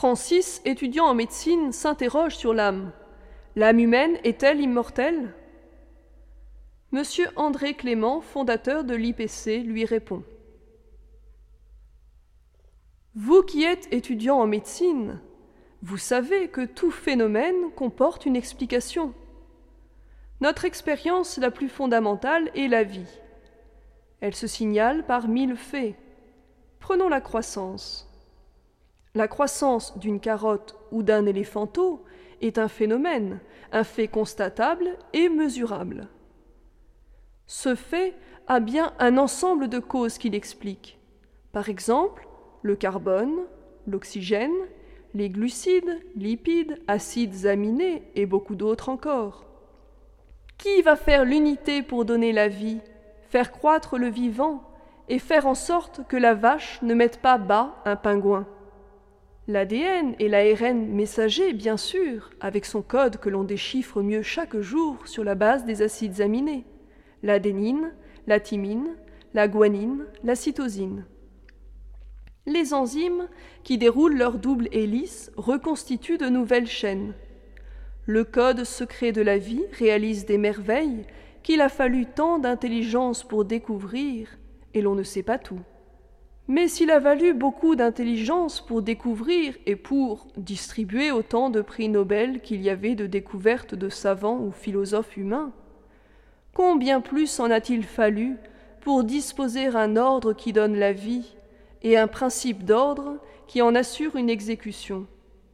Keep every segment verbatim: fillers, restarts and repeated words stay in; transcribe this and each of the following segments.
Francis, étudiant en médecine, s'interroge sur l'âme. L'âme humaine est-elle immortelle ? Monsieur André Clément, fondateur de l'I P C, lui répond. Vous qui êtes étudiant en médecine, vous savez que tout phénomène comporte une explication. Notre expérience la plus fondamentale est la vie. Elle se signale par mille faits. Prenons la croissance. La croissance d'une carotte ou d'un éléphanteau est un phénomène, un fait constatable et mesurable. Ce fait a bien un ensemble de causes qui l'expliquent. Par exemple, le carbone, l'oxygène, les glucides, lipides, acides aminés et beaucoup d'autres encore. Qui va faire l'unité pour donner la vie, faire croître le vivant et faire en sorte que la vache ne mette pas bas un pingouin ? L'A D N et l'A R N messager, bien sûr, avec son code que l'on déchiffre mieux chaque jour sur la base des acides aminés, l'adénine, la thymine, la guanine, la cytosine. Les enzymes, qui déroulent leur double hélice, reconstituent de nouvelles chaînes. Le code secret de la vie réalise des merveilles qu'il a fallu tant d'intelligence pour découvrir, et l'on ne sait pas tout. Mais s'il a valu beaucoup d'intelligence pour découvrir et pour distribuer autant de prix Nobel qu'il y avait de découvertes de savants ou philosophes humains, combien plus en a-t-il fallu pour disposer un ordre qui donne la vie et un principe d'ordre qui en assure une exécution.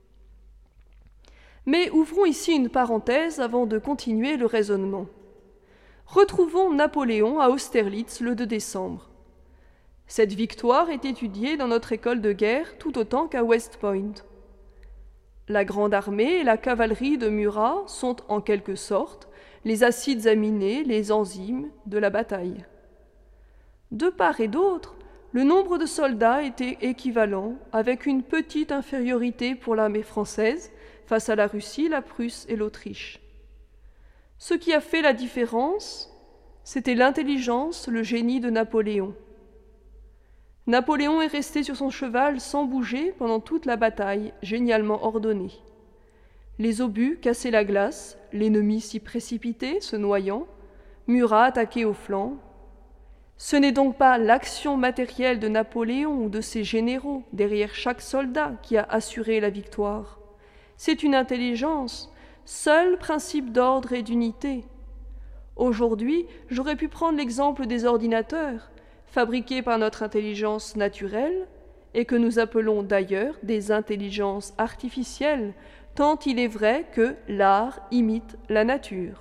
Mais ouvrons ici une parenthèse avant de continuer le raisonnement. Retrouvons Napoléon à Austerlitz le deux décembre. Cette victoire est étudiée dans notre école de guerre tout autant qu'à West Point. La grande armée et la cavalerie de Murat sont en quelque sorte les acides aminés, les enzymes de la bataille. De part et d'autre, le nombre de soldats était équivalent, avec une petite infériorité pour l'armée française face à la Russie, la Prusse et l'Autriche. Ce qui a fait la différence, c'était l'intelligence, le génie de Napoléon. Napoléon est resté sur son cheval sans bouger pendant toute la bataille, génialement ordonnée. Les obus cassaient la glace, l'ennemi s'y précipitait, se noyant, Murat attaqué au flanc. Ce n'est donc pas l'action matérielle de Napoléon ou de ses généraux derrière chaque soldat qui a assuré la victoire. C'est une intelligence, seul principe d'ordre et d'unité. Aujourd'hui, j'aurais pu prendre l'exemple des ordinateurs, fabriqués par notre intelligence naturelle, et que nous appelons d'ailleurs des intelligences artificielles, tant il est vrai que l'art imite la nature.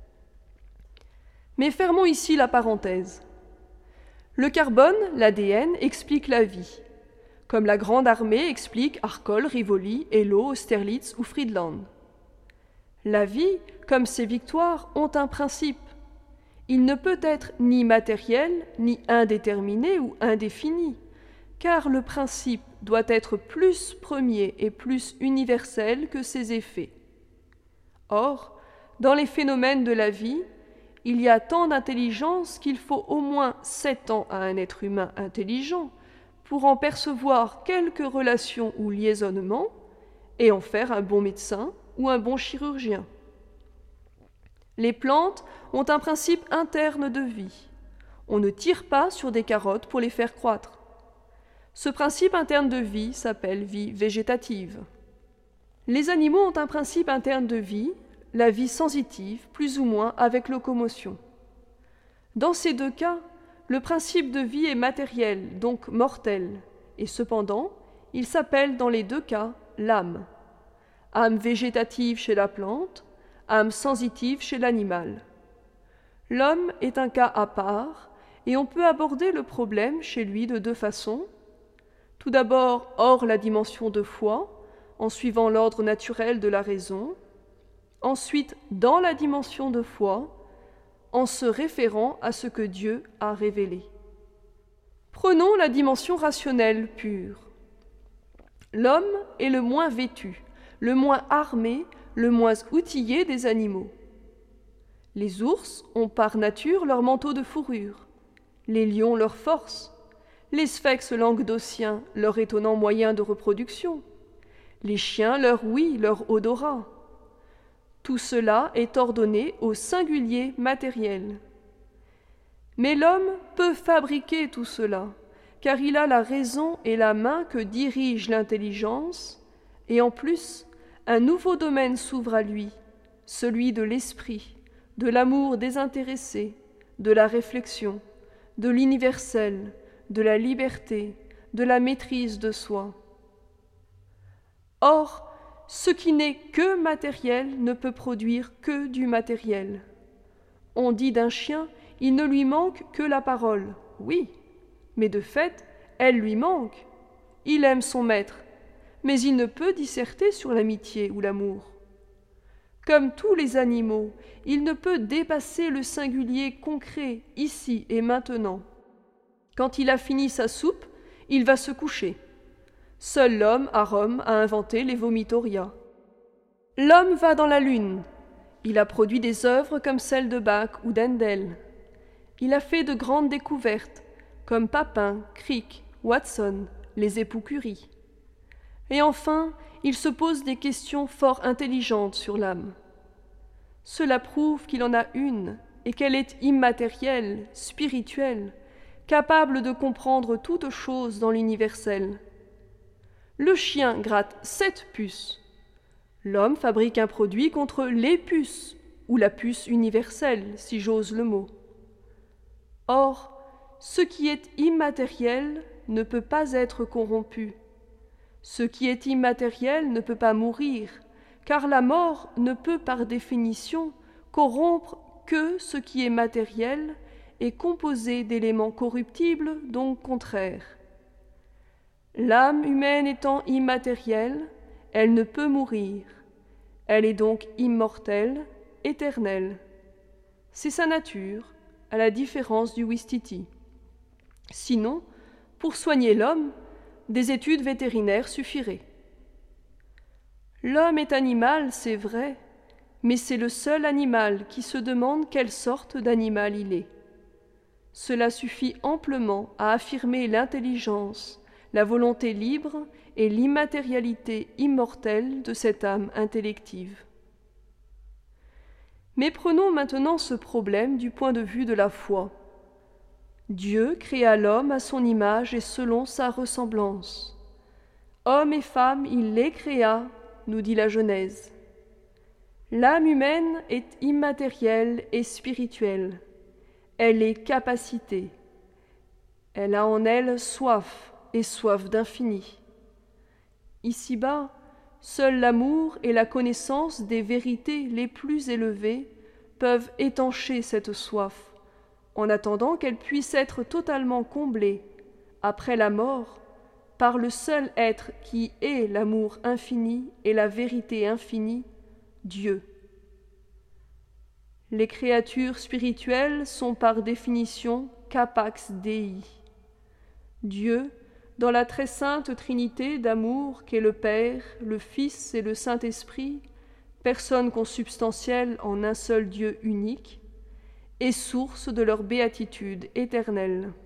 Mais fermons ici la parenthèse. Le carbone, l'A D N, explique la vie, comme la Grande Armée explique Arcole, Rivoli, Eylau, Austerlitz ou Friedland. La vie, comme ses victoires, ont un principe. Il ne peut être ni matériel, ni indéterminé ou indéfini, car le principe doit être plus premier et plus universel que ses effets. Or, dans les phénomènes de la vie, il y a tant d'intelligence qu'il faut au moins sept ans à un être humain intelligent pour en percevoir quelques relations ou liaisonnements et en faire un bon médecin ou un bon chirurgien. Les plantes ont un principe interne de vie. On ne tire pas sur des carottes pour les faire croître. Ce principe interne de vie s'appelle vie végétative. Les animaux ont un principe interne de vie, la vie sensitive, plus ou moins avec locomotion. Dans ces deux cas, le principe de vie est matériel, donc mortel, et cependant, il s'appelle dans les deux cas l'âme. Âme végétative chez la plante, âme sensitive chez l'animal. L'homme est un cas à part, et on peut aborder le problème chez lui de deux façons. Tout d'abord, hors la dimension de foi, en suivant l'ordre naturel de la raison. Ensuite, dans la dimension de foi, en se référant à ce que Dieu a révélé. Prenons la dimension rationnelle pure. L'homme est le moins vêtu, le moins armé, le moins outillé des animaux. Les ours ont par nature leur manteau de fourrure, les lions leur force, les sphinx languedociens leur étonnant moyen de reproduction, les chiens leur ouïe, leur odorat. Tout cela est ordonné au singulier matériel. Mais l'homme peut fabriquer tout cela, car il a la raison et la main que dirige l'intelligence, et en plus, un nouveau domaine s'ouvre à lui, celui de l'esprit, de l'amour désintéressé, de la réflexion, de l'universel, de la liberté, de la maîtrise de soi. Or, ce qui n'est que matériel ne peut produire que du matériel. On dit d'un chien, il ne lui manque que la parole. Oui, mais de fait, elle lui manque. Il aime son maître, mais il ne peut disserter sur l'amitié ou l'amour. Comme tous les animaux, il ne peut dépasser le singulier concret, ici et maintenant. Quand il a fini sa soupe, il va se coucher. Seul l'homme, à Rome, a inventé les vomitoria. L'homme va dans la lune. Il a produit des œuvres comme celles de Bach ou d'Handel. Il a fait de grandes découvertes, comme Papin, Crick, Watson, les époux Curie. Et enfin, il se pose des questions fort intelligentes sur l'âme. Cela prouve qu'il en a une et qu'elle est immatérielle, spirituelle, capable de comprendre toute chose dans l'universel. Le chien gratte sept puces. L'homme fabrique un produit contre les puces, ou la puce universelle, si j'ose le mot. Or, ce qui est immatériel ne peut pas être corrompu. Ce qui est immatériel ne peut pas mourir, car la mort ne peut par définition corrompre que ce qui est matériel et composé d'éléments corruptibles, donc contraires. L'âme humaine étant immatérielle, elle ne peut mourir. Elle est donc immortelle, éternelle. C'est sa nature, à la différence du ouistiti. Sinon, pour soigner l'homme, des études vétérinaires suffiraient. L'homme est animal, c'est vrai, mais c'est le seul animal qui se demande quelle sorte d'animal il est. Cela suffit amplement à affirmer l'intelligence, la volonté libre et l'immatérialité immortelle de cette âme intellective. Mais prenons maintenant ce problème du point de vue de la foi. Dieu créa l'homme à son image et selon sa ressemblance. Hommes et femmes, il les créa, nous dit la Genèse. L'âme humaine est immatérielle et spirituelle. Elle est capacité. Elle a en elle soif et soif d'infini. Ici-bas, seul l'amour et la connaissance des vérités les plus élevées peuvent étancher cette soif, en attendant qu'elle puisse être totalement comblée, après la mort, par le seul être qui est l'amour infini et la vérité infinie, Dieu. Les créatures spirituelles sont par définition capax Dei. Dieu, dans la très sainte Trinité d'amour qu'est le Père, le Fils et le Saint-Esprit, personnes consubstantielles en un seul Dieu unique, est source de leur béatitude éternelle.